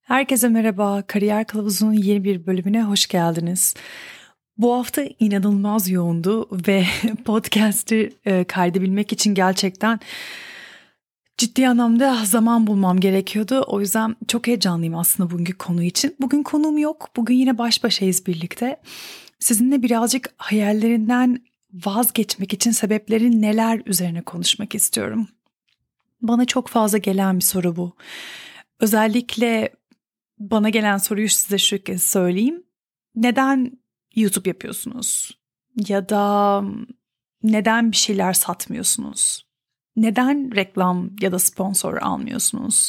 Herkese merhaba, Kariyer Kılavuzu'nun yeni bir bölümüne hoş geldiniz. Bu hafta inanılmaz yoğundu ve podcast'i kaydedebilmek için gerçekten ciddi anlamda zaman bulmam gerekiyordu. O yüzden çok heyecanlıyım aslında bugünkü konu için. Bugün konuğum yok, bugün yine baş başayız birlikte. Sizinle birazcık hayallerinden vazgeçmek için sebepleri neler üzerine konuşmak istiyorum. Bana çok fazla gelen bir soru bu. Özellikle bana gelen soruyu size şu kez söyleyeyim. Neden YouTube yapıyorsunuz? Ya da neden bir şeyler satmıyorsunuz? Neden reklam ya da sponsor almıyorsunuz?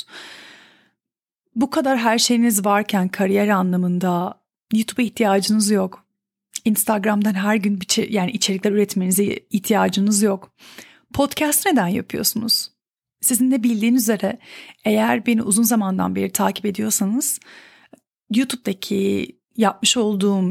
Bu kadar her şeyiniz varken kariyer anlamında YouTube'a ihtiyacınız yok. Instagram'dan her gün içerikler üretmenize ihtiyacınız yok. Podcast neden yapıyorsunuz? Sizin de bildiğiniz üzere eğer beni uzun zamandan beri takip ediyorsanız YouTube'daki yapmış olduğum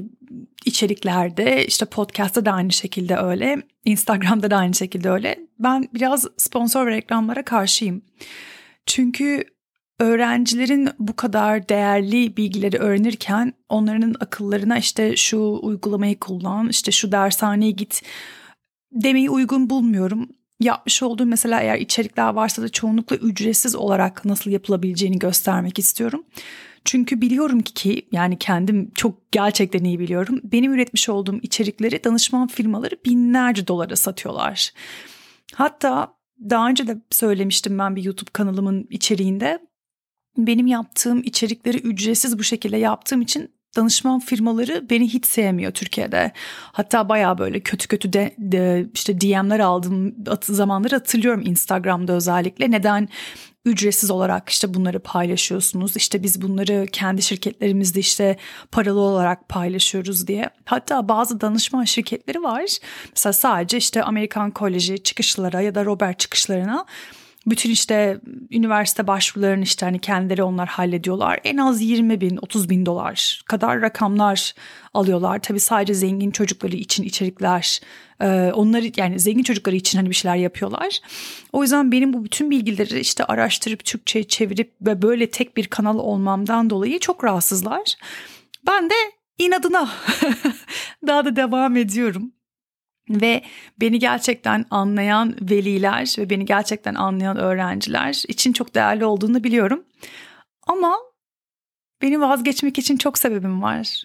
içeriklerde podcast'ta da aynı şekilde öyle, Instagram'da da aynı şekilde öyle. Ben biraz sponsor ve reklamlara karşıyım. Çünkü öğrencilerin bu kadar değerli bilgileri öğrenirken onların akıllarına şu uygulamayı kullan, şu dershaneye git demeyi uygun bulmuyorum. Yapmış olduğum mesela eğer içerikler varsa da çoğunlukla ücretsiz olarak nasıl yapılabileceğini göstermek istiyorum. Çünkü biliyorum ki yani kendim çok gerçekten iyi biliyorum. Benim üretmiş olduğum içerikleri danışman firmaları binlerce dolara satıyorlar. Hatta daha önce de söylemiştim ben bir YouTube kanalımın içeriğinde. Benim yaptığım içerikleri ücretsiz bu şekilde yaptığım için danışman firmaları beni hiç sevmiyor Türkiye'de. Hatta bayağı böyle kötü DM'ler aldığım zamanları hatırlıyorum Instagram'da özellikle. Neden ücretsiz olarak bunları paylaşıyorsunuz? Biz bunları kendi şirketlerimizde paralı olarak paylaşıyoruz diye. Hatta bazı danışman şirketleri var. Mesela sadece Amerikan Koleji çıkışlara ya da Robert çıkışlarına bütün üniversite başvurularını kendileri onlar hallediyorlar. En az 20 bin, 30 bin dolar kadar rakamlar alıyorlar. Tabii sadece zengin çocukları için içerikler, onları zengin çocukları için bir şeyler yapıyorlar. O yüzden benim bu bütün bilgileri araştırıp Türkçe'ye çevirip ve böyle tek bir kanal olmamdan dolayı çok rahatsızlar. Ben de inadına daha da devam ediyorum. Ve beni gerçekten anlayan veliler ve beni gerçekten anlayan öğrenciler için çok değerli olduğunu biliyorum. Ama benim vazgeçmek için çok sebebim var.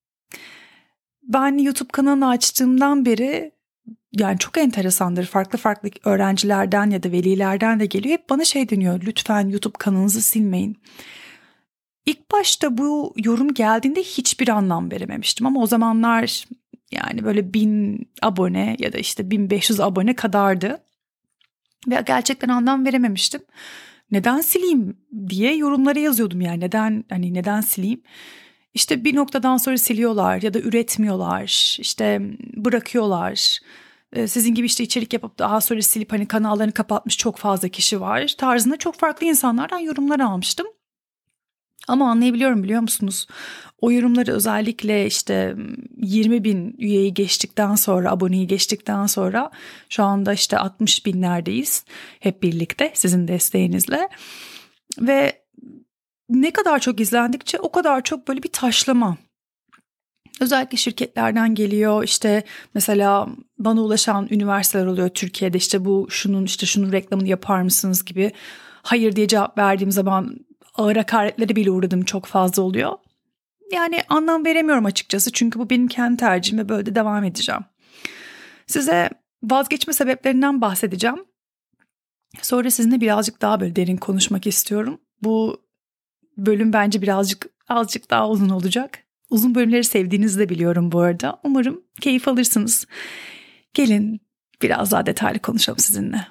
Ben YouTube kanalını açtığımdan beri çok enteresandır. Farklı öğrencilerden ya da velilerden de geliyor. Hep bana deniyor. Lütfen YouTube kanalınızı silmeyin. İlk başta bu yorum geldiğinde hiçbir anlam verememiştim. Ama o zamanlar böyle 1000 abone ya da 1500 abone kadardı. Ve gerçekten anlam verememiştim. Neden sileyim diye yorumlara yazıyordum neden sileyim? Bir noktadan sonra siliyorlar ya da üretmiyorlar, bırakıyorlar. Sizin gibi içerik yapıp daha sonra silip kanallarını kapatmış çok fazla kişi var tarzında çok farklı insanlardan yorumlar almıştım. Ama anlayabiliyorum biliyor musunuz? O yorumları özellikle 20 bin üyeyi geçtikten sonra, aboneyi geçtikten sonra şu anda 60 binlerdeyiz hep birlikte sizin desteğinizle. Ve ne kadar çok izlendikçe o kadar çok böyle bir taşlama. Özellikle şirketlerden geliyor mesela bana ulaşan üniversiteler oluyor Türkiye'de şunun reklamını yapar mısınız gibi. Hayır diye cevap verdiğim zaman ağır hakaretlere bile uğradım çok fazla oluyor. Anlam veremiyorum açıkçası çünkü bu benim kendi tercihim ve böyle de devam edeceğim. Size vazgeçme sebeplerinden bahsedeceğim. Sonra sizinle birazcık daha böyle derin konuşmak istiyorum. Bu bölüm bence azıcık daha uzun olacak. Uzun bölümleri sevdiğinizi de biliyorum bu arada. Umarım keyif alırsınız. Gelin biraz daha detaylı konuşalım sizinle.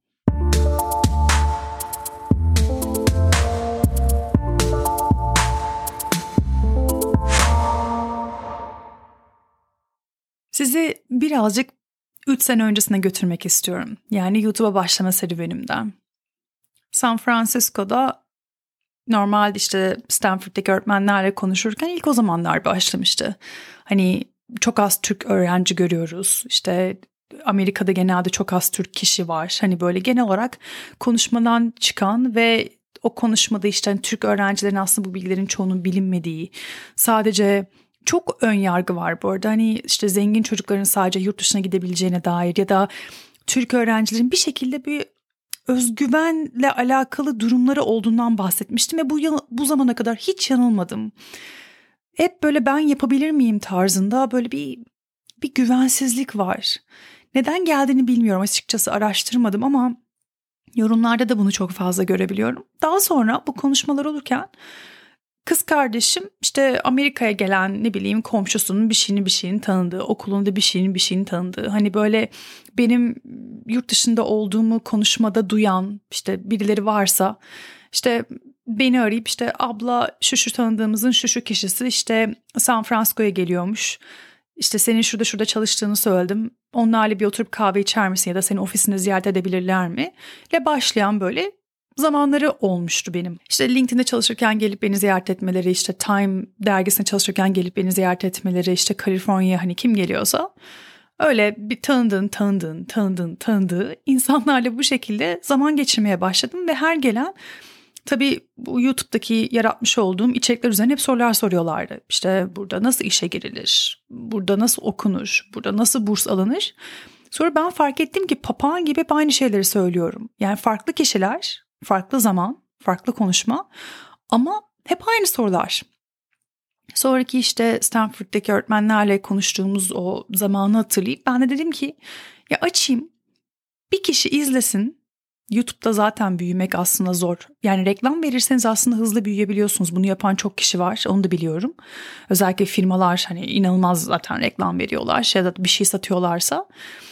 Sizi birazcık 3 sene öncesine götürmek istiyorum. YouTube'a başlama serüvenimden. San Francisco'da normalde Stanford'daki öğretmenlerle konuşurken ilk o zamanlar başlamıştı. Çok az Türk öğrenci görüyoruz. Amerika'da genelde çok az Türk kişi var. Böyle genel olarak konuşmadan çıkan ve O konuşmada işte hani Türk öğrencilerin aslında bu bilgilerin çoğunun bilinmediği, sadece çok ön yargı var bu arada. Hani işte zengin çocukların sadece yurt dışına gidebileceğine dair ya da Türk öğrencilerin bir şekilde bir özgüvenle alakalı durumları olduğundan bahsetmiştim ve bu zamana kadar hiç yanılmadım. Hep böyle ben yapabilir miyim tarzında böyle bir güvensizlik var. Neden geldiğini bilmiyorum, açıkçası araştırmadım ama yorumlarda da bunu çok fazla görebiliyorum. Daha sonra bu konuşmalar olurken kız kardeşim işte Amerika'ya gelen ne bileyim komşusunun bir şeyini tanıdığı, okulunda bir şeyini tanıdığı, hani böyle benim yurt dışında olduğumu konuşmada duyan işte birileri varsa işte beni arayıp işte abla şu tanıdığımızın şu kişisi işte San Francisco'ya geliyormuş. İşte senin şurada çalıştığını söyledim. Onlarla bir oturup kahve içer misin ya da seni ofisinde ziyaret edebilirler mi? ile başlayan böyle zamanları olmuştu benim. İşte LinkedIn'de çalışırken gelip beni ziyaret etmeleri, işte Time dergisinde çalışırken gelip beni ziyaret etmeleri, işte Kaliforniya'ya hani kim geliyorsa öyle bir tanıdığı insanlarla bu şekilde zaman geçirmeye başladım ve her gelen tabii bu YouTube'daki yaratmış olduğum içerikler üzerine hep sorular soruyorlardı. İşte burada nasıl işe girilir? Burada nasıl okunur? Burada nasıl burs alınır? Sonra ben fark ettim ki papağan gibi hep aynı şeyleri söylüyorum. Yani farklı kişiler, farklı zaman, farklı konuşma ama hep aynı sorular. Sonraki işte Stanford'daki öğretmenlerle konuştuğumuz o zamanı hatırlayıp ben de dedim ki ya açayım, bir kişi izlesin. YouTube'da zaten büyümek aslında zor. Yani reklam verirseniz aslında hızlı büyüyebiliyorsunuz. Bunu yapan çok kişi var. Onu da biliyorum. Özellikle firmalar hani inanılmaz zaten reklam veriyorlar. Ya da bir şey satıyorlarsa.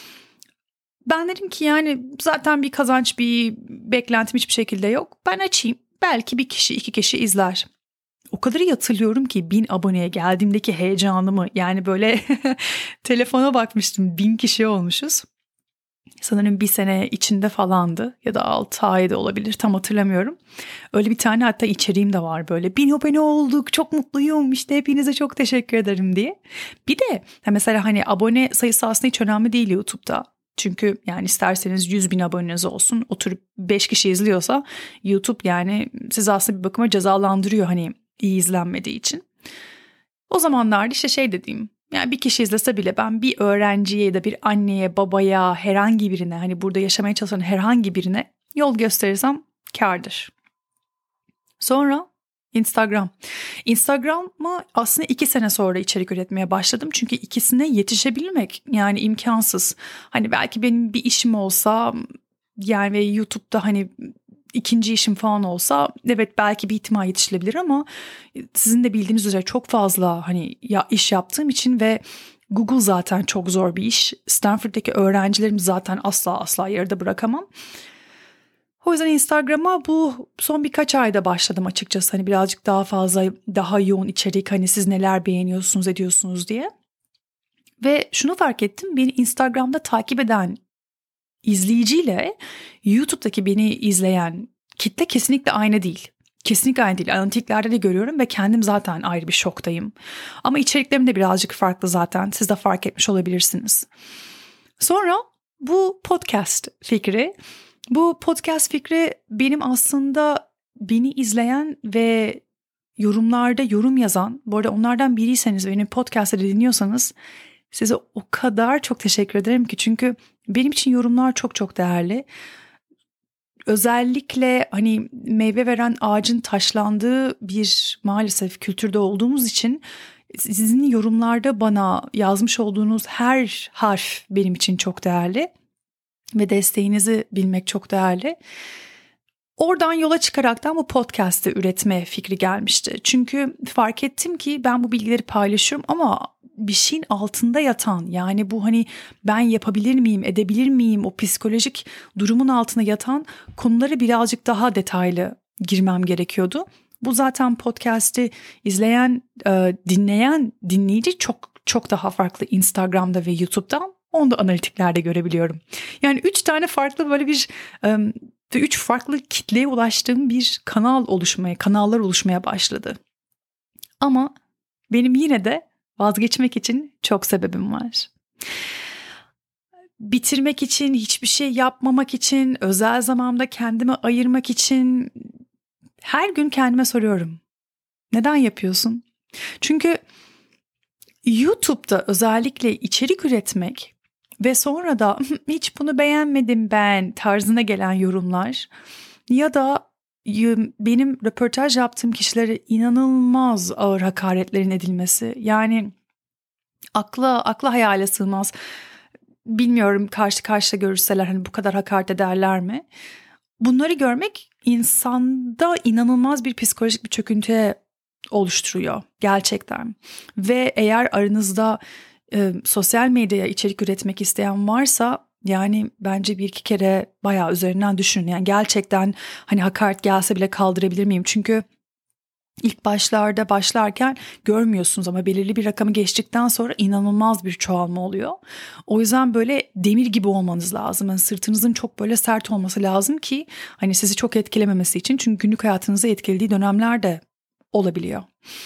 Ben dedim ki yani zaten bir kazanç, bir beklentim hiçbir şekilde yok. Ben açayım. Belki bir kişi, iki kişi izler. O kadar iyi hatırlıyorum ki 1000 aboneye geldiğimdeki heyecanımı, yani böyle telefona bakmıştım 1000 kişi olmuşuz. Sanırım bir sene içinde falandı ya da 6 ayda olabilir, tam hatırlamıyorum. Öyle bir tane hatta içeriğim de var, böyle 1000 abone olduk çok mutluyum işte hepinize çok teşekkür ederim diye. Bir de mesela hani abone sayısı aslında hiç önemli değil YouTube'da. Çünkü yani isterseniz 100.000 aboneniz olsun, oturup 5 kişi izliyorsa YouTube yani sizi aslında bir bakıma cezalandırıyor hani iyi izlenmediği için. O zamanlarda işte şey dediğim, yani bir kişi izlese bile ben bir öğrenciye ya da bir anneye, babaya, herhangi birine, hani burada yaşamaya çalışan herhangi birine yol gösterirsem kârdır. Sonra Instagram'a aslında 2 sene sonra içerik üretmeye başladım. Çünkü ikisine yetişebilmek yani imkansız. Hani belki benim bir işim olsa yani ve YouTube'da hani ikinci işim falan olsa evet belki bir ihtimal yetişilebilir ama sizin de bildiğiniz üzere çok fazla hani iş yaptığım için ve Google zaten çok zor bir iş. Stanford'daki öğrencilerimi zaten asla yarıda bırakamam. O yüzden Instagram'a bu son birkaç ayda başladım açıkçası. Hani birazcık daha fazla, daha yoğun içerik, hani siz neler beğeniyorsunuz, ediyorsunuz diye. Ve şunu fark ettim, beni Instagram'da takip eden izleyiciyle YouTube'daki beni izleyen kitle kesinlikle aynı değil. Kesinlikle aynı değil. Analitiklerde de görüyorum ve kendim zaten ayrı bir şoktayım. Ama içeriklerim de birazcık farklı zaten. Siz de fark etmiş olabilirsiniz. Sonra bu podcast fikri benim aslında beni izleyen ve yorumlarda yorum yazan, bu arada onlardan biriyseniz, benim podcast'ı dinliyorsanız size o kadar çok teşekkür ederim ki, çünkü benim için yorumlar çok değerli. Özellikle hani meyve veren ağacın taşlandığı bir maalesef kültürde olduğumuz için sizin yorumlarda bana yazmış olduğunuz her harf benim için çok değerli ve desteğinizi bilmek çok değerli. Oradan yola çıkaraktan bu podcast'ı üretme fikri gelmişti. Çünkü fark ettim ki ben bu bilgileri paylaşıyorum ama bir şeyin altında yatan, yani bu hani ben yapabilir miyim, edebilir miyim, o psikolojik durumun altında yatan konuları birazcık daha detaylı girmem gerekiyordu. Bu zaten podcast'i izleyen, dinleyen dinleyici çok daha farklı Instagram'da ve YouTube'dan. Onu da analitiklerde görebiliyorum. Yani 3 tane farklı böyle bir ve 3 farklı kitleye ulaştığım bir kanallar oluşmaya başladı. Ama benim yine de vazgeçmek için çok sebebim var. Bitirmek için, hiçbir şey yapmamak için, özel zamanda kendime ayırmak için Her gün kendime soruyorum. Neden yapıyorsun? Çünkü YouTube'da özellikle içerik üretmek ve sonra da hiç bunu beğenmedim ben tarzına gelen yorumlar ya da benim röportaj yaptığım kişilere inanılmaz ağır hakaretlerin edilmesi, yani akla hayale sığmaz. Bilmiyorum, karşı karşıya görürseler hani bu kadar hakaret ederler mi? Bunları görmek insanda inanılmaz bir psikolojik bir çöküntüye oluşturuyor gerçekten. Ve eğer aranızda sosyal medyaya içerik üretmek isteyen varsa, yani bence bir iki kere bayağı üzerinden düşünün. Yani gerçekten hani hakaret gelse bile kaldırabilir miyim? Çünkü İlk başlarken görmüyorsunuz ama belirli bir rakamı geçtikten sonra inanılmaz bir çoğalma oluyor. O yüzden böyle demir gibi olmanız lazım. Yani sırtınızın çok böyle sert olması lazım ki hani sizi çok etkilememesi için. Çünkü günlük hayatınızı etkilediği dönemler de olabiliyor.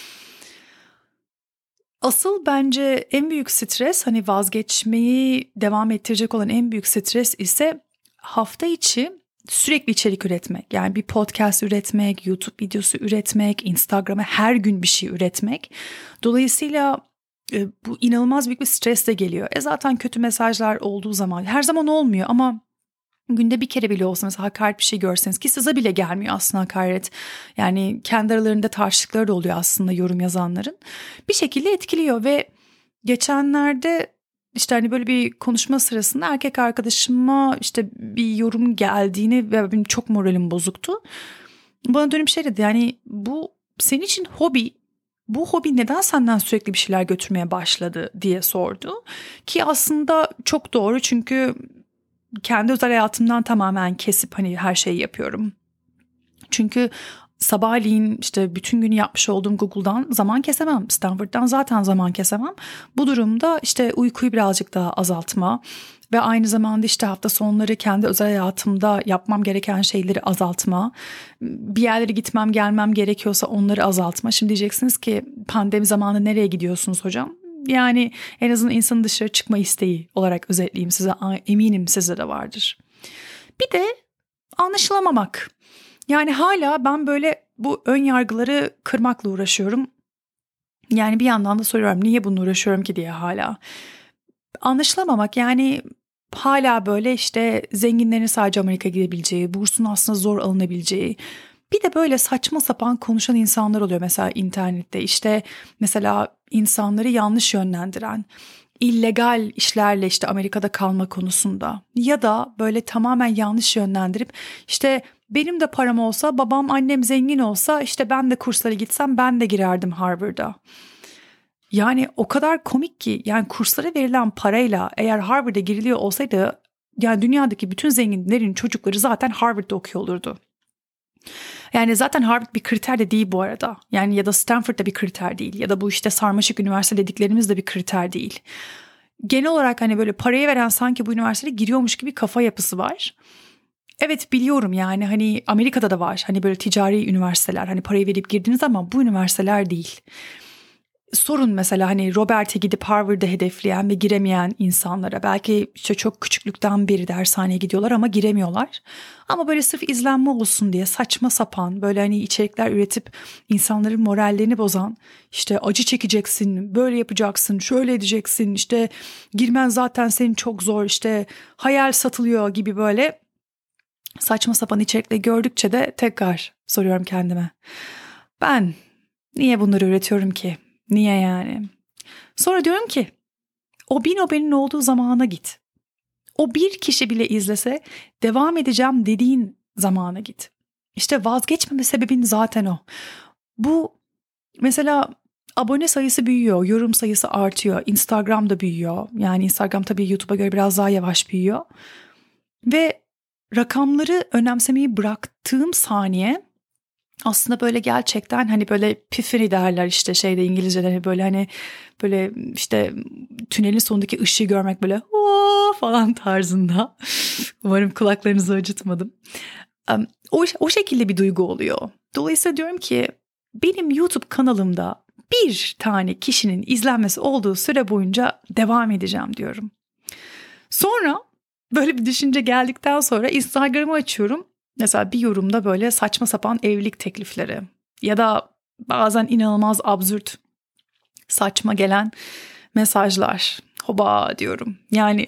Asıl bence en büyük stres, hani vazgeçmeyi devam ettirecek olan en büyük stres ise hafta içi sürekli içerik üretmek. Yani bir podcast üretmek, YouTube videosu üretmek, Instagram'a her gün bir şey üretmek. Dolayısıyla bu inanılmaz büyük bir stresle geliyor. Zaten kötü mesajlar olduğu zaman, her zaman olmuyor ama günde bir kere bile olsa mesela hakaret bir şey görseniz, ki size bile gelmiyor aslında hakaret. Yani kendi aralarında tartıştıkları da oluyor aslında yorum yazanların. Bir şekilde etkiliyor ve geçenlerde İşte hani böyle bir konuşma sırasında erkek arkadaşıma işte bir yorum geldiğini ve benim çok moralim bozuktu. Bana dönüp şey dedi, yani bu senin için hobi. Bu hobi neden senden sürekli bir şeyler götürmeye başladı diye sordu. Ki aslında çok doğru, çünkü kendi özel hayatımdan tamamen kesip hani her şeyi yapıyorum. Çünkü sabahleyin işte bütün günü yapmış olduğum Google'dan zaman kesemem. Stanford'dan zaten zaman kesemem. Bu durumda işte uykuyu birazcık daha azaltma ve aynı zamanda işte hafta sonları kendi özel hayatımda yapmam gereken şeyleri azaltma. Bir yerlere gitmem gelmem gerekiyorsa onları azaltma. Şimdi diyeceksiniz ki pandemi zamanı nereye gidiyorsunuz hocam? Yani en azından insanın dışarı çıkma isteği olarak özetleyeyim size. Eminim size de vardır. Bir de anlaşılamamak. Yani hala ben böyle bu ön yargıları kırmakla uğraşıyorum. Yani bir yandan da soruyorum, niye bununla uğraşıyorum ki diye hala. Anlaşılamamak, yani hala böyle işte zenginlerin sadece Amerika'ya gidebileceği, bursun aslında zor alınabileceği. Bir de böyle saçma sapan konuşan insanlar oluyor mesela internette. İşte mesela insanları yanlış yönlendiren, illegal işlerle işte Amerika'da kalma konusunda ya da böyle tamamen yanlış yönlendirip işte benim de param olsa, babam annem zengin olsa işte ben de kurslara gitsem ben de girerdim Harvard'a. Yani o kadar komik ki, yani kurslara verilen parayla eğer Harvard'a giriliyor olsaydı yani dünyadaki bütün zenginlerin çocukları zaten Harvard'da okuyor olurdu. Yani zaten Harvard bir kriter de değil bu arada. Yani ya da Stanford'da bir kriter değil ya da bu işte sarmaşık üniversite dediklerimiz de bir kriter değil. Genel olarak hani böyle parayı veren sanki bu üniversiteye giriyormuş gibi kafa yapısı var. Evet biliyorum, yani hani Amerika'da da var hani böyle ticari üniversiteler, hani parayı verip girdiniz ama bu üniversiteler değil. Sorun mesela hani Robert'e gidip Harvard'ı hedefleyen ve giremeyen insanlara, belki işte çok küçüklükten beri dershaneye gidiyorlar ama giremiyorlar. Ama böyle sırf izlenme olsun diye saçma sapan böyle hani içerikler üretip insanların morallerini bozan, işte acı çekeceksin, böyle yapacaksın, şöyle edeceksin, işte girmen zaten senin çok zor, işte hayal satılıyor gibi böyle saçma sapan içerikleri gördükçe de tekrar soruyorum kendime. Ben niye bunları üretiyorum ki? Niye yani? Sonra diyorum ki o bin o benim olduğu zamana git. O bir kişi bile izlese devam edeceğim dediğin zamana git. İşte vazgeçmeme sebebin zaten o. Bu mesela abone sayısı büyüyor, yorum sayısı artıyor, Instagram da büyüyor. Yani Instagram tabii YouTube'a göre biraz daha yavaş büyüyor. Ve rakamları önemsemeyi bıraktığım saniye aslında böyle gerçekten hani böyle epiphany derler işte şeyde, İngilizce'de böyle hani böyle işte tünelin sonundaki ışığı görmek böyle falan tarzında. Umarım kulaklarınızı acıtmadım. O şekilde bir duygu oluyor. Dolayısıyla diyorum ki benim YouTube kanalımda bir tane kişinin izlenmesi olduğu süre boyunca devam edeceğim diyorum. Sonra böyle bir düşünce geldikten sonra Instagram'ı açıyorum. Mesela bir yorumda böyle saçma sapan evlilik teklifleri ya da bazen inanılmaz absürt, saçma gelen mesajlar. Hoba diyorum. Yani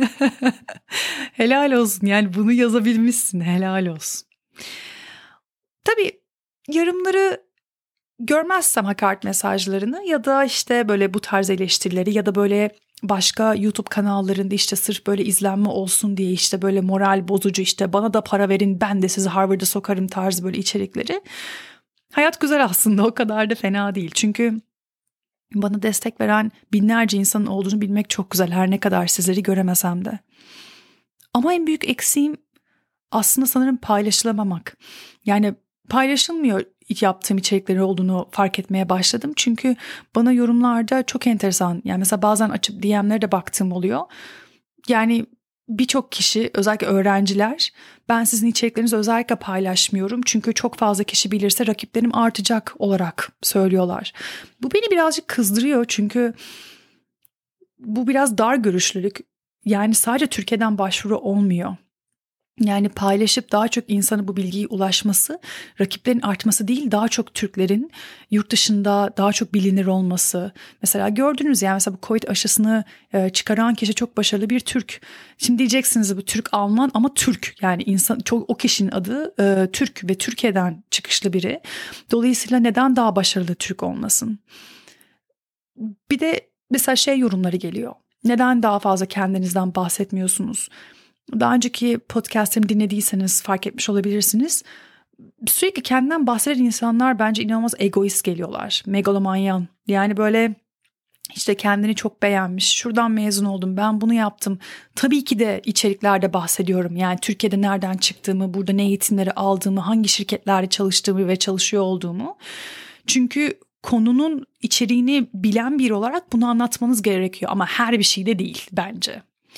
helal olsun. Yani bunu yazabilmişsin. Helal olsun. Tabii yorumları görmezsem hakaret mesajlarını ya da işte böyle bu tarz eleştirileri ya da böyle başka YouTube kanallarında işte sırf böyle izlenme olsun diye işte böyle moral bozucu işte bana da para verin ben de sizi Harvard'a sokarım tarzı böyle içerikleri. Hayat güzel aslında, o kadar da fena değil. Çünkü bana destek veren binlerce insanın olduğunu bilmek çok güzel, her ne kadar sizleri göremesem de. Ama en büyük eksiğim aslında sanırım paylaşılamamak. Yani paylaşılmıyor yaptığım içerikleri olduğunu fark etmeye başladım. Çünkü bana yorumlarda çok enteresan, yani mesela bazen açıp DM'lere de baktığım oluyor. Yani birçok kişi, özellikle öğrenciler, ben sizin içeriklerinizi özellikle paylaşmıyorum çünkü çok fazla kişi bilirse rakiplerim artacak olarak söylüyorlar. Bu beni birazcık kızdırıyor çünkü bu biraz dar görüşlülük. Yani sadece Türkiye'den başvuru olmuyor. Yani paylaşıp daha çok insana bu bilgiye ulaşması, rakiplerin artması değil, daha çok Türklerin yurt dışında daha çok bilinir olması. Mesela gördünüz, yani mesela bu Covid aşısını çıkaran kişi çok başarılı bir Türk. Şimdi diyeceksiniz bu Türk Alman ama Türk, yani insan çok, o kişinin adı Türk ve Türkiye'den çıkışlı biri. Dolayısıyla neden daha başarılı Türk olmasın? Bir de mesela yorumları geliyor. Neden daha fazla kendinizden bahsetmiyorsunuz? Daha önceki podcast'imi dinlediyseniz fark etmiş olabilirsiniz. Sürekli kendinden bahseden insanlar bence inanılmaz egoist geliyorlar. Megalomanyan. Yani böyle işte kendini çok beğenmiş. Şuradan mezun oldum, ben bunu yaptım. Tabii ki de içeriklerde bahsediyorum. Yani Türkiye'de nereden çıktığımı, burada ne eğitimleri aldığımı, hangi şirketlerde çalıştığımı ve çalışıyor olduğumu. Çünkü konunun içeriğini bilen biri olarak bunu anlatmanız gerekiyor. Ama her bir şey de değil bence.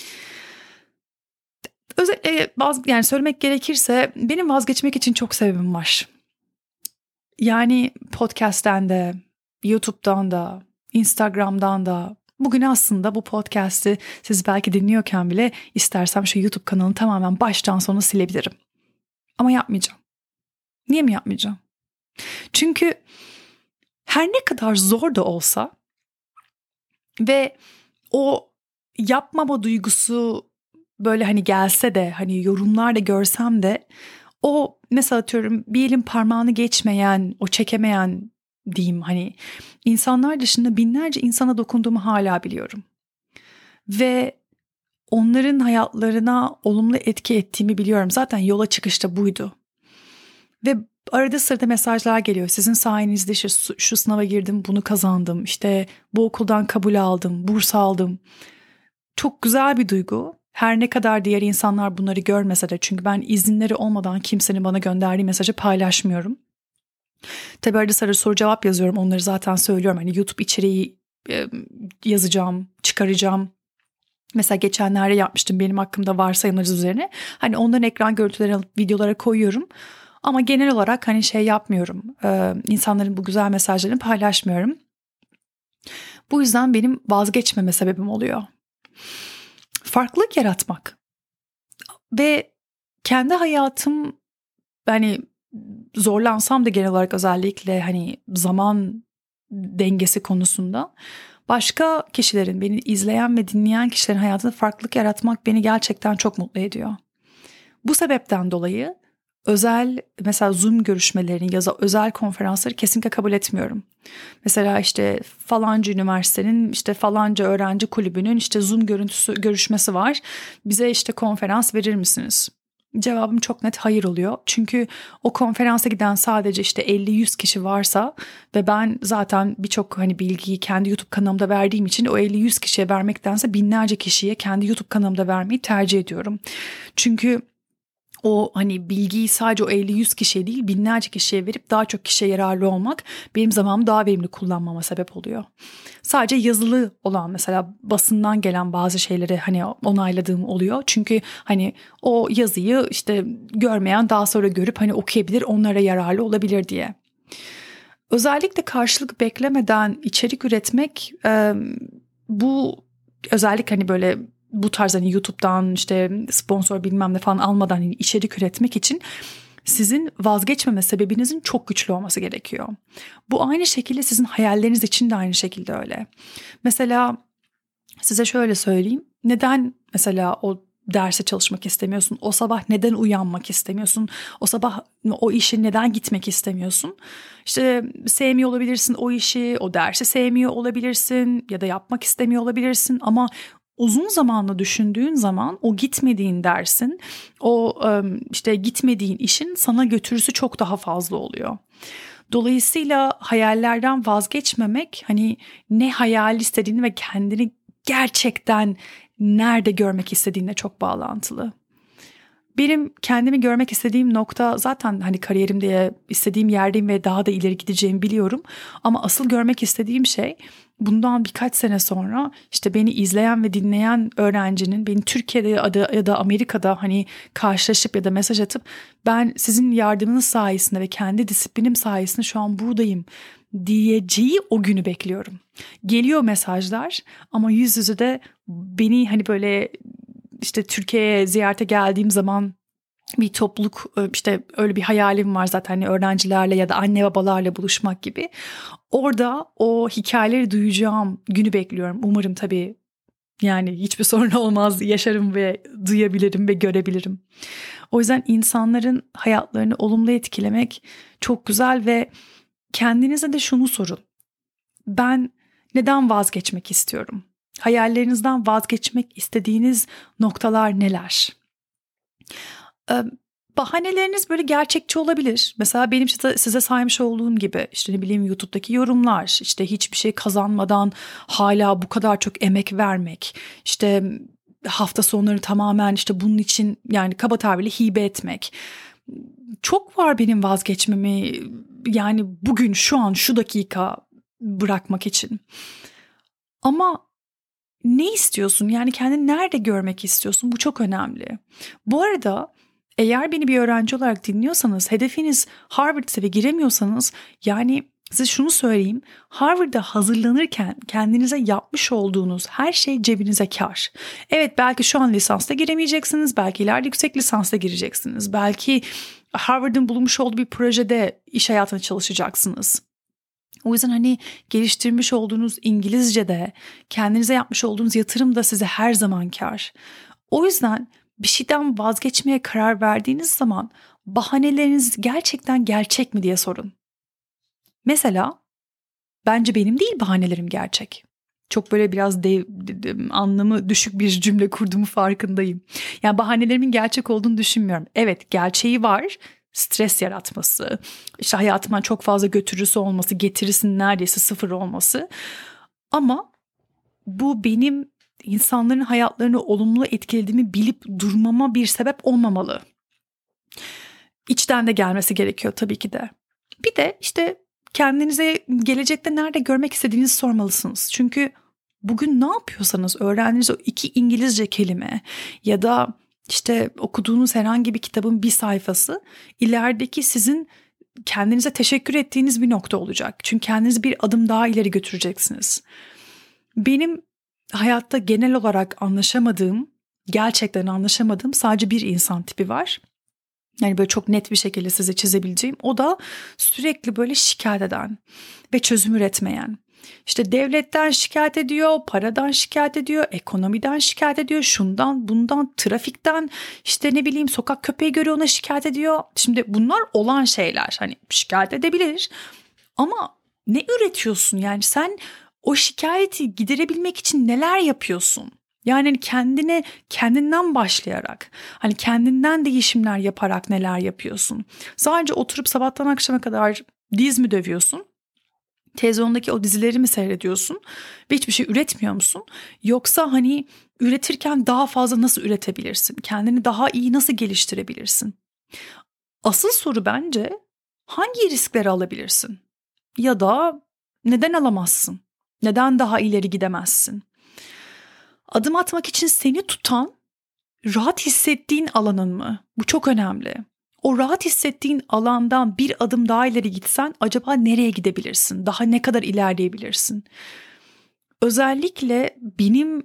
Özellikle yani söylemek gerekirse benim vazgeçmek için çok sebebim var. Yani podcast'ten de, YouTube'dan da, Instagram'dan da, bugün aslında bu podcast'i siz belki dinliyorken bile istersem şu YouTube kanalını tamamen baştan sona silebilirim. Ama yapmayacağım. Niye mi yapmayacağım? Çünkü her ne kadar zor da olsa ve o yapmama duygusu böyle hani gelse de, hani yorumlarda görsem de, o mesela atıyorum bir elin parmağını geçmeyen, o çekemeyen diyeyim, hani insanlar dışında binlerce insana dokunduğumu hala biliyorum. Ve onların hayatlarına olumlu etki ettiğimi biliyorum. Zaten yola çıkışta buydu. Ve arada sırada mesajlar geliyor. Sizin sayenizde şu sınava girdim, bunu kazandım. İşte bu okuldan kabul aldım, burs aldım. Çok güzel bir duygu. Her ne kadar diğer insanlar bunları görmese de, çünkü ben izinleri olmadan kimsenin bana gönderdiği mesajı paylaşmıyorum. Tabii arada sırada soru cevap yazıyorum, onları zaten söylüyorum. Hani YouTube içeriği yazacağım, çıkaracağım. Mesela geçenlerde yapmıştım benim hakkımda varsayımlar üzerine. Hani onların ekran görüntülerini alıp videolara koyuyorum. Ama genel olarak hani yapmıyorum. İnsanların bu güzel mesajlarını paylaşmıyorum. Bu yüzden benim vazgeçmeme sebebim oluyor. Farklılık yaratmak. Ve kendi hayatım, hani zorlansam da genel olarak, özellikle hani zaman dengesi konusunda, başka kişilerin, beni izleyen ve dinleyen kişilerin hayatında farklılık yaratmak beni gerçekten çok mutlu ediyor. Bu sebepten dolayı özel, mesela Zoom görüşmelerini ya da özel konferansları kesinlikle kabul etmiyorum. Mesela işte falanca üniversitenin işte falanca öğrenci kulübünün işte Zoom görüşmesi var. Bize işte konferans verir misiniz? Cevabım çok net hayır oluyor. Çünkü o konferansa giden sadece işte 50-100 kişi varsa ve ben zaten birçok hani bilgiyi kendi YouTube kanalımda verdiğim için o 50-100 kişiye vermektense binlerce kişiye kendi YouTube kanalımda vermeyi tercih ediyorum. Çünkü o hani bilgiyi sadece o 50-100 kişiye değil, binlerce kişiye verip daha çok kişiye yararlı olmak benim zamanımı daha verimli kullanmama sebep oluyor. Sadece yazılı olan, mesela basından gelen bazı şeyleri hani onayladığım oluyor. Çünkü hani o yazıyı işte görmeyen daha sonra görüp hani okuyabilir, onlara yararlı olabilir diye. Özellikle karşılık beklemeden içerik üretmek, bu özellikle hani böyle bu tarz hani YouTube'dan işte sponsor bilmem ne falan almadan hani içerik üretmek için sizin vazgeçmeme sebebinizin çok güçlü olması gerekiyor. Bu aynı şekilde sizin hayalleriniz için de aynı şekilde öyle. Mesela size şöyle söyleyeyim. Neden mesela o derse çalışmak istemiyorsun? O sabah neden uyanmak istemiyorsun? O sabah o işe neden gitmek istemiyorsun? İşte sevmiyor olabilirsin o işi, o dersi sevmiyor olabilirsin ya da yapmak istemiyor olabilirsin ama uzun zamanla düşündüğün zaman o gitmediğin dersin, o işte gitmediğin işin sana götürüsü çok daha fazla oluyor. Dolayısıyla hayallerden vazgeçmemek hani ne hayal istediğini ve kendini gerçekten nerede görmek istediğinle çok bağlantılı. Benim kendimi görmek istediğim nokta zaten hani kariyerimde istediğim yerdeyim ve daha da ileri gideceğimi biliyorum. Ama asıl görmek istediğim şey bundan birkaç sene sonra işte beni izleyen ve dinleyen öğrencinin beni Türkiye'de ya da Amerika'da hani karşılaşıp ya da mesaj atıp ben sizin yardımınız sayesinde ve kendi disiplinim sayesinde şu an buradayım diyeceği o günü bekliyorum. Geliyor mesajlar ama yüz yüze de beni hani böyle işte Türkiye'ye ziyarete geldiğim zaman bir topluluk işte öyle bir hayalim var zaten hani öğrencilerle ya da anne babalarla buluşmak gibi. Orada o hikayeleri duyacağım günü bekliyorum. Umarım tabii yani hiçbir sorun olmaz yaşarım ve duyabilirim ve görebilirim. O yüzden insanların hayatlarını olumlu etkilemek çok güzel ve kendinize de şunu sorun. Ben neden vazgeçmek istiyorum? Hayallerinizden vazgeçmek istediğiniz noktalar neler? Bahaneleriniz böyle gerçekçi olabilir. Mesela benim size saymış olduğum gibi işte ne bileyim YouTube'daki yorumlar, işte hiçbir şey kazanmadan hala bu kadar çok emek vermek, işte hafta sonları tamamen işte bunun için yani kaba tabirle hibe etmek. Çok var benim vazgeçmemi yani bugün şu an şu dakika bırakmak için. Ama ne istiyorsun? Yani kendini nerede görmek istiyorsun? Bu çok önemli. Bu arada eğer beni bir öğrenci olarak dinliyorsanız, hedefiniz Harvard'sa ve giremiyorsanız yani size şunu söyleyeyim. Harvard'a hazırlanırken kendinize yapmış olduğunuz her şey cebinize kar. Evet belki şu an lisansta giremeyeceksiniz. Belki ileride yüksek lisansta gireceksiniz. Belki Harvard'ın bulunmuş olduğu bir projede iş hayatına çalışacaksınız. O yüzden hani geliştirmiş olduğunuz İngilizce'de kendinize yapmış olduğunuz yatırım da size her zaman kar. O yüzden bir şeyden vazgeçmeye karar verdiğiniz zaman bahaneleriniz gerçekten gerçek mi diye sorun. Mesela bence benim değil bahanelerim gerçek. Çok böyle biraz anlamı düşük bir cümle kurduğumu farkındayım. Yani bahanelerimin gerçek olduğunu düşünmüyorum. Evet gerçeği var. Stres yaratması, işte hayatımdan çok fazla götürüsü olması, getirisinin neredeyse sıfır olması. Ama bu benim insanların hayatlarını olumlu etkilediğimi bilip durmama bir sebep olmamalı. İçten de gelmesi gerekiyor tabii ki de. Bir de işte kendinize gelecekte nerede görmek istediğinizi sormalısınız. Çünkü bugün ne yapıyorsanız öğrendiğiniz o 2 İngilizce kelime ya da işte okuduğunuz herhangi bir kitabın bir sayfası ilerideki sizin kendinize teşekkür ettiğiniz bir nokta olacak. Çünkü kendinizi bir adım daha ileri götüreceksiniz. Benim hayatta genel olarak gerçekten anlaşamadığım sadece bir insan tipi var. Yani böyle çok net bir şekilde size çizebileceğim. O da sürekli böyle şikayet eden ve çözüm üretmeyen. İşte devletten şikayet ediyor, paradan şikayet ediyor, ekonomiden şikayet ediyor, şundan, bundan, trafikten, işte ne bileyim sokak köpeği görüyor ona şikayet ediyor. Şimdi bunlar olan şeyler. Hani şikayet edebilir ama ne üretiyorsun? Yani sen o şikayeti giderebilmek için neler yapıyorsun? Yani kendinden başlayarak, hani kendinden değişimler yaparak neler yapıyorsun? Sadece oturup sabahtan akşama kadar diz mi dövüyorsun? Televizyondaki o dizileri mi seyrediyorsun ve hiçbir şey üretmiyor musun? Yoksa hani üretirken daha fazla nasıl üretebilirsin? Kendini daha iyi nasıl geliştirebilirsin? Asıl soru bence hangi riskleri alabilirsin? Ya da neden alamazsın? Neden daha ileri gidemezsin? Adım atmak için seni tutan rahat hissettiğin alanın mı? Bu çok önemli. O rahat hissettiğin alandan bir adım daha ileri gitsen acaba nereye gidebilirsin? Daha ne kadar ilerleyebilirsin? Özellikle benim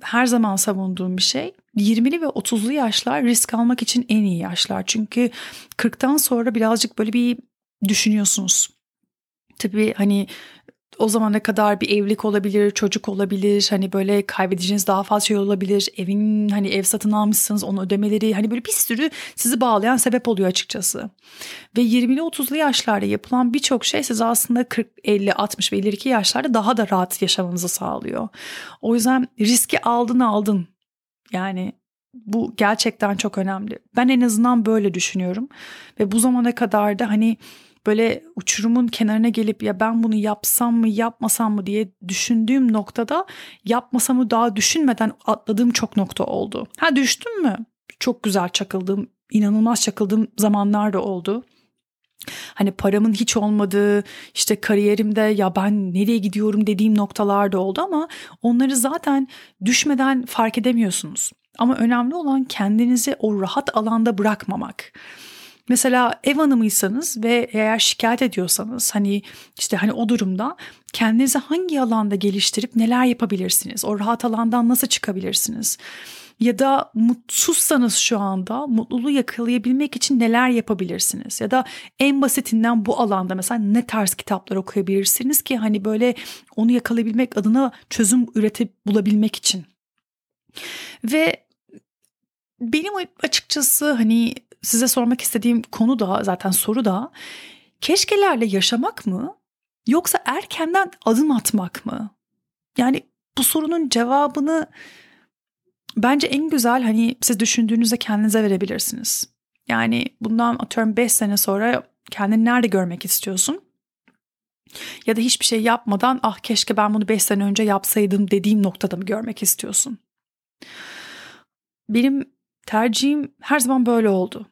her zaman savunduğum bir şey. 20'li ve 30'lu yaşlar risk almak için en iyi yaşlar. Çünkü 40'tan sonra birazcık böyle bir düşünüyorsunuz. Tabii hani o zamana kadar bir evlilik olabilir, çocuk olabilir, hani böyle kaybedeceğiniz daha fazla şey olabilir. Hani ev satın almışsınız, onun ödemeleri, hani böyle bir sürü sizi bağlayan sebep oluyor açıkçası. Ve 20'li 30'lu yaşlarda yapılan birçok şey size aslında 40, 50, 60 ve 52 yaşlarda daha da rahat yaşamanızı sağlıyor. O yüzden riski aldın. Yani bu gerçekten çok önemli. Ben en azından böyle düşünüyorum. Ve bu zamana kadar da hani böyle uçurumun kenarına gelip ya ben bunu yapsam mı yapmasam mı diye düşündüğüm noktada yapmasamı daha düşünmeden atladığım çok nokta oldu. Ha, düştüm mü? Çok güzel çakıldım, inanılmaz çakıldığım zamanlar da oldu. Hani paramın hiç olmadığı, işte kariyerimde ya ben nereye gidiyorum dediğim noktalar da oldu ama onları zaten düşmeden fark edemiyorsunuz. Ama önemli olan kendinizi o rahat alanda bırakmamak. Mesela ev hanımıysanız ve eğer şikayet ediyorsanız hani o durumda kendinizi hangi alanda geliştirip neler yapabilirsiniz? O rahat alandan nasıl çıkabilirsiniz? Ya da mutsuzsanız şu anda mutluluğu yakalayabilmek için neler yapabilirsiniz? Ya da en basitinden bu alanda mesela ne tarz kitaplar okuyabilirsiniz ki hani böyle onu yakalayabilmek adına çözüm bulabilmek için? Ve benim açıkçası hani size sormak istediğim konu da zaten soru da keşkelerle yaşamak mı yoksa erkenden adım atmak mı? Yani bu sorunun cevabını bence en güzel hani siz düşündüğünüzde kendinize verebilirsiniz. Yani bundan atıyorum 5 sene sonra kendini nerede görmek istiyorsun? Ya da hiçbir şey yapmadan keşke ben bunu 5 sene önce yapsaydım dediğim noktada mı görmek istiyorsun? Benim tercihim her zaman böyle oldu.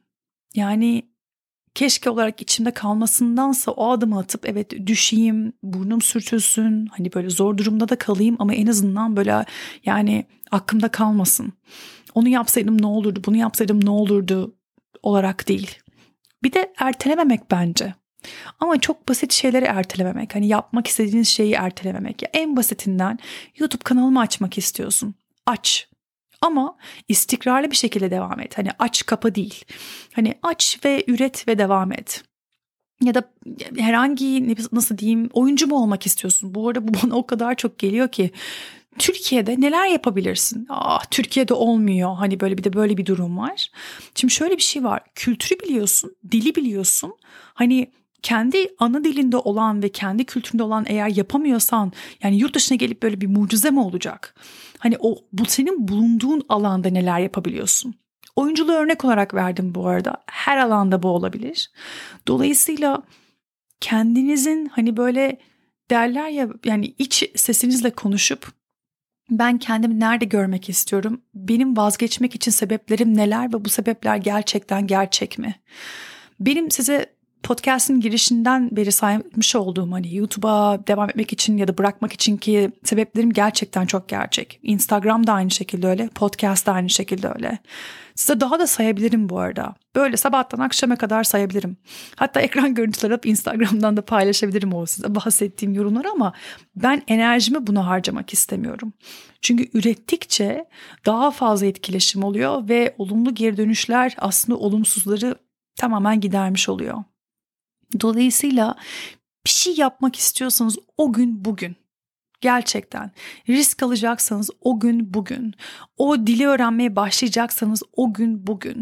Yani keşke olarak içimde kalmasındansa o adımı atıp evet düşeyim, burnum sürtülsün, hani böyle zor durumda da kalayım ama en azından böyle yani aklımda kalmasın. Onu yapsaydım ne olurdu, bunu yapsaydım ne olurdu olarak değil. Bir de ertelememek bence. Ama çok basit şeyleri ertelememek. Hani yapmak istediğiniz şeyi ertelememek. Ya en basitinden YouTube kanalımı açmak istiyorsun. Aç. Ama istikrarlı bir şekilde devam et. Hani aç kapa değil. Hani aç ve üret ve devam et. Ya da herhangi nasıl diyeyim oyuncu mu olmak istiyorsun? Bu arada bu bana o kadar çok geliyor ki. Türkiye'de neler yapabilirsin? Türkiye'de olmuyor. Hani böyle bir durum var. Şimdi şöyle bir şey var. Kültürü biliyorsun, dili biliyorsun. Hani kendi ana dilinde olan ve kendi kültüründe olan eğer yapamıyorsan yani yurt dışına gelip böyle bir mucize mi olacak? Hani bu senin bulunduğun alanda neler yapabiliyorsun? Oyunculuğu örnek olarak verdim bu arada. Her alanda bu olabilir. Dolayısıyla kendinizin hani böyle derler ya yani iç sesinizle konuşup ben kendimi nerede görmek istiyorum? Benim vazgeçmek için sebeplerim neler ve bu sebepler gerçekten gerçek mi? Benim size podcast'in girişinden beri saymış olduğum hani YouTube'a devam etmek için ya da bırakmak için ki sebeplerim gerçekten çok gerçek. Instagram da aynı şekilde öyle, podcast da aynı şekilde öyle. Size daha da sayabilirim bu arada. Böyle sabahtan akşama kadar sayabilirim. Hatta ekran görüntüleri alıp Instagram'dan da paylaşabilirim o size bahsettiğim yorumları ama ben enerjimi buna harcamak istemiyorum. Çünkü ürettikçe daha fazla etkileşim oluyor ve olumlu geri dönüşler aslında olumsuzları tamamen gidermiş oluyor. Dolayısıyla bir şey yapmak istiyorsanız o gün bugün. Gerçekten risk alacaksanız o gün bugün. O dili öğrenmeye başlayacaksanız o gün bugün.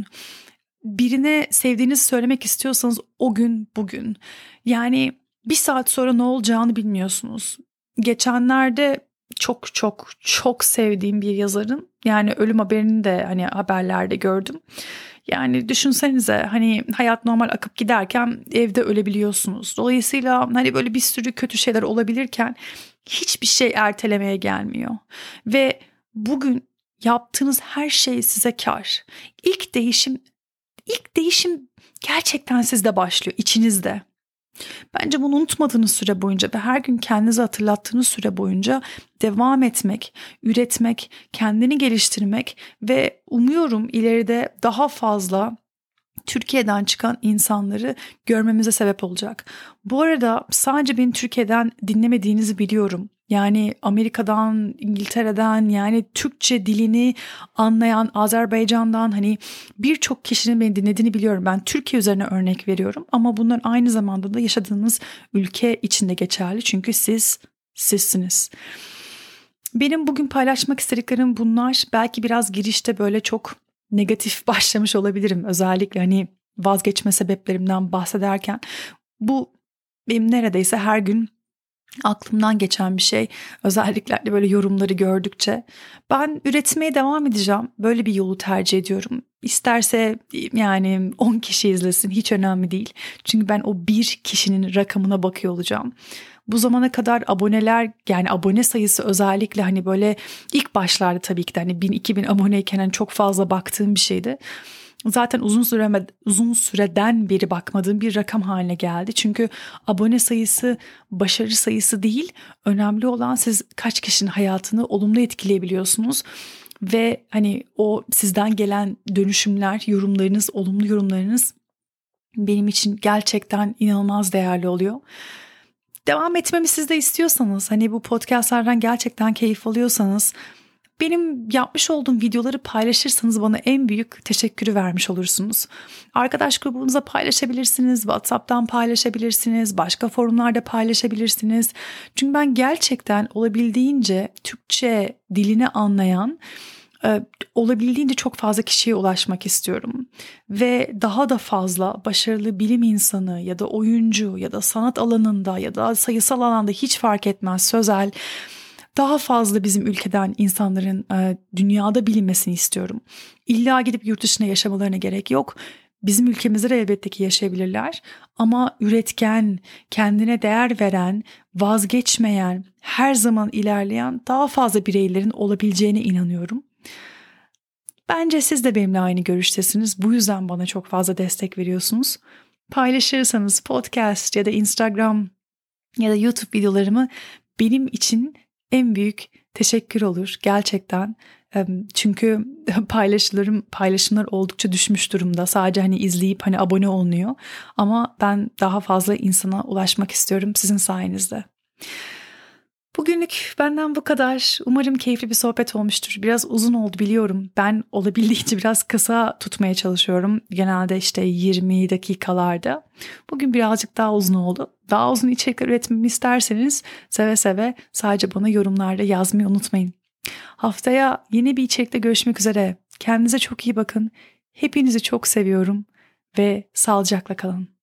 Birine sevdiğinizi söylemek istiyorsanız o gün bugün. Yani bir saat sonra ne olacağını bilmiyorsunuz. Geçenlerde çok çok çok sevdiğim bir yazarın yani ölüm haberini de hani haberlerde gördüm. Yani düşünsenize hani hayat normal akıp giderken evde ölebiliyorsunuz. Dolayısıyla hani böyle bir sürü kötü şeyler olabilirken hiçbir şey ertelemeye gelmiyor. Ve bugün yaptığınız her şey size kar. İlk değişim gerçekten sizde başlıyor, içinizde. Bence bunu unutmadığınız süre boyunca ve her gün kendinize hatırlattığınız süre boyunca devam etmek, üretmek, kendini geliştirmek ve umuyorum ileride daha fazla Türkiye'den çıkan insanları görmemize sebep olacak. Bu arada sadece beni Türkiye'den dinlemediğinizi biliyorum. Yani Amerika'dan, İngiltere'den, yani Türkçe dilini anlayan Azerbaycan'dan, hani birçok kişinin beni dinlediğini biliyorum. Ben Türkiye üzerine örnek veriyorum ama bunlar aynı zamanda da yaşadığınız ülke içinde geçerli. Çünkü siz sizsiniz. Benim bugün paylaşmak istediklerim bunlar. Belki biraz girişte böyle çok negatif başlamış olabilirim. Özellikle hani vazgeçme sebeplerimden bahsederken. Bu benim neredeyse her gün aklımdan geçen bir şey. Özellikle böyle yorumları gördükçe. Ben üretmeye devam edeceğim. Böyle bir yolu tercih ediyorum. İsterse yani 10 kişi izlesin, hiç önemli değil. Çünkü ben o bir kişinin rakamına bakıyor olacağım. Bu zamana kadar aboneler, yani abone sayısı özellikle hani böyle ilk başlarda tabii ki de hani 1000-2000 aboneyken hani çok fazla baktığım bir şeydi. Zaten uzun süreden beri bakmadığım bir rakam haline geldi. Çünkü abone sayısı başarı sayısı değil. Önemli olan siz kaç kişinin hayatını olumlu etkileyebiliyorsunuz. Ve hani o sizden gelen dönüşümler, yorumlarınız, olumlu yorumlarınız benim için gerçekten inanılmaz değerli oluyor. Devam etmemi siz de istiyorsanız, hani bu podcastlardan gerçekten keyif alıyorsanız, benim yapmış olduğum videoları paylaşırsanız bana en büyük teşekkürü vermiş olursunuz. Arkadaş grubunuza paylaşabilirsiniz, WhatsApp'tan paylaşabilirsiniz, başka forumlarda paylaşabilirsiniz. Çünkü ben gerçekten olabildiğince Türkçe dilini anlayan, olabildiğince çok fazla kişiye ulaşmak istiyorum. Ve daha da fazla başarılı bilim insanı ya da oyuncu ya da sanat alanında ya da sayısal alanda, hiç fark etmez, sözel, daha fazla bizim ülkeden insanların dünyada bilinmesini istiyorum. İlla gidip yurt dışına yaşamalarına gerek yok. Bizim ülkemizde de elbette ki yaşayabilirler. Ama üretken, kendine değer veren, vazgeçmeyen, her zaman ilerleyen daha fazla bireylerin olabileceğine inanıyorum. Bence siz de benimle aynı görüştesiniz. Bu yüzden bana çok fazla destek veriyorsunuz. Paylaşırsanız podcast ya da Instagram ya da YouTube videolarımı, benim için en büyük teşekkür olur gerçekten. Çünkü paylaşımlar oldukça düşmüş durumda. Sadece hani izleyip hani abone olunuyor. Ama ben daha fazla insana ulaşmak istiyorum sizin sayenizde. Bugünlük benden bu kadar. Umarım keyifli bir sohbet olmuştur. Biraz uzun oldu biliyorum. Ben olabildiğince biraz kısa tutmaya çalışıyorum. Genelde işte 20 dakikalarda. Bugün birazcık daha uzun oldu. Daha uzun içerikler üretmemi isterseniz seve seve sadece bana yorumlarda yazmayı unutmayın. Haftaya yeni bir içerikte görüşmek üzere. Kendinize çok iyi bakın. Hepinizi çok seviyorum ve sağlıcakla kalın.